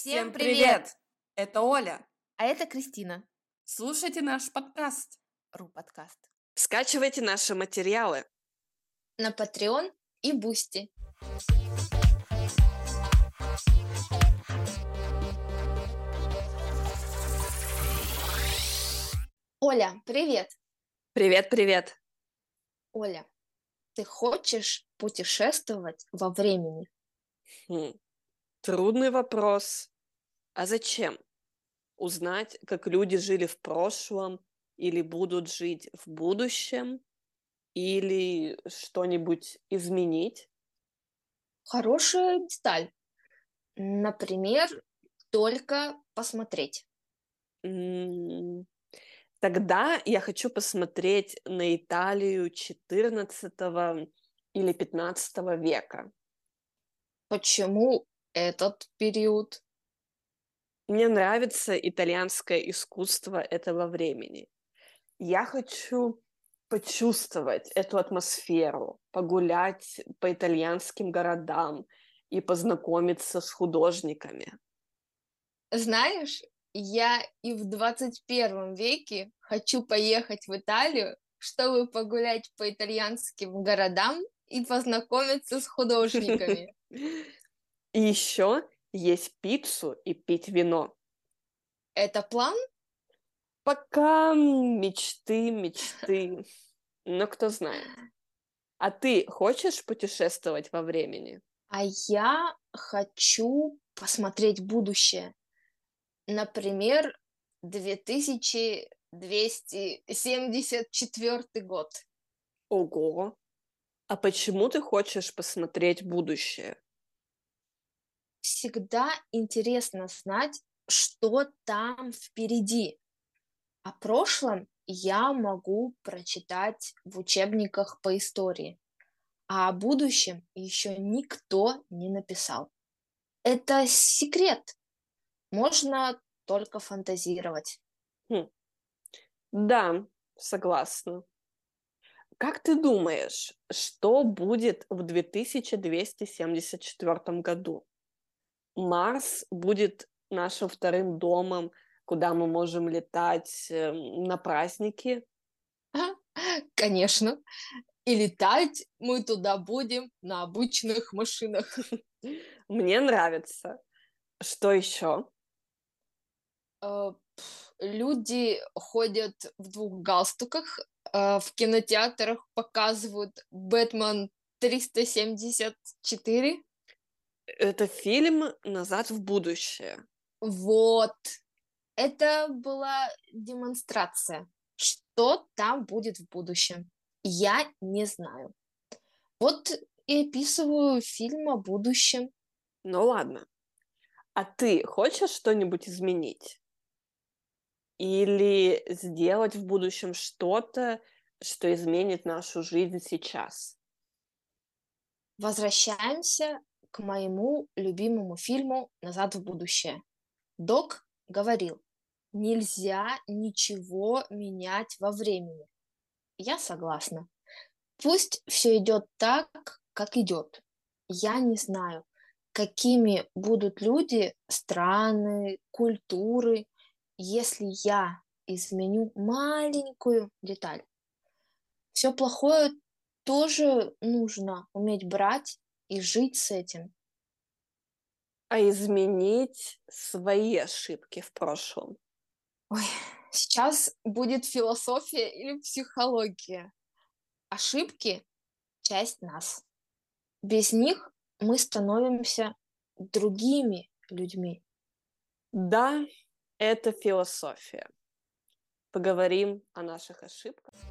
Всем привет! Это Оля. А это Кристина. Слушайте наш подкаст. Подкаст. Скачивайте наши материалы. На Patreon и Boosty. Оля, привет! Привет-привет. Оля, ты хочешь путешествовать во времени? Трудный вопрос. А зачем? Узнать, как люди жили в прошлом или будут жить в будущем? Или что-нибудь изменить? Хорошая деталь. Например, только посмотреть. М, Тогда я хочу посмотреть на Италию XIV или XV века. Почему этот период? Мне нравится итальянское искусство этого времени. Я хочу почувствовать эту атмосферу, погулять по итальянским городам и познакомиться с художниками. Знаешь, я и в 21 веке хочу поехать в Италию, чтобы погулять по итальянским городам и познакомиться с художниками. И еще есть пиццу и пить вино. Это план? Пока мечты, но кто знает. А ты хочешь путешествовать во времени? А я хочу посмотреть будущее. Например, 2274 год. Ого! А почему ты хочешь посмотреть будущее? Всегда интересно знать, что там впереди. О прошлом я могу прочитать в учебниках по истории, а о будущем еще никто не написал. Это секрет. Можно только фантазировать. Хм, Да, согласна. Как ты думаешь, что будет в 2274 году? Марс будет нашим вторым домом, куда мы можем летать на праздники? Конечно. И летать мы туда будем на обычных машинах. Мне нравится. Что еще? Люди ходят в двух галстуках, в кинотеатрах показывают «Бэтмен 374». Это фильм «Назад в будущее». Вот. Это была демонстрация. Что там будет в будущем? Я не знаю. Вот и описываю фильм о будущем. Ну ладно. А ты хочешь что-нибудь изменить? Или сделать в будущем что-то, что изменит нашу жизнь сейчас? Возвращаемся к моему любимому фильму «Назад в будущее». Док говорил, нельзя ничего менять во времени. Я согласна. Пусть все идет так, как идет. Я не знаю, какими будут люди, страны, культуры, если я изменю маленькую деталь. Все плохое тоже нужно уметь брать и жить с этим. А изменить свои ошибки в прошлом? Ой, сейчас будет философия или психология. Ошибки– часть нас. Без них мы становимся другими людьми. Да, это философия. Поговорим о наших ошибках.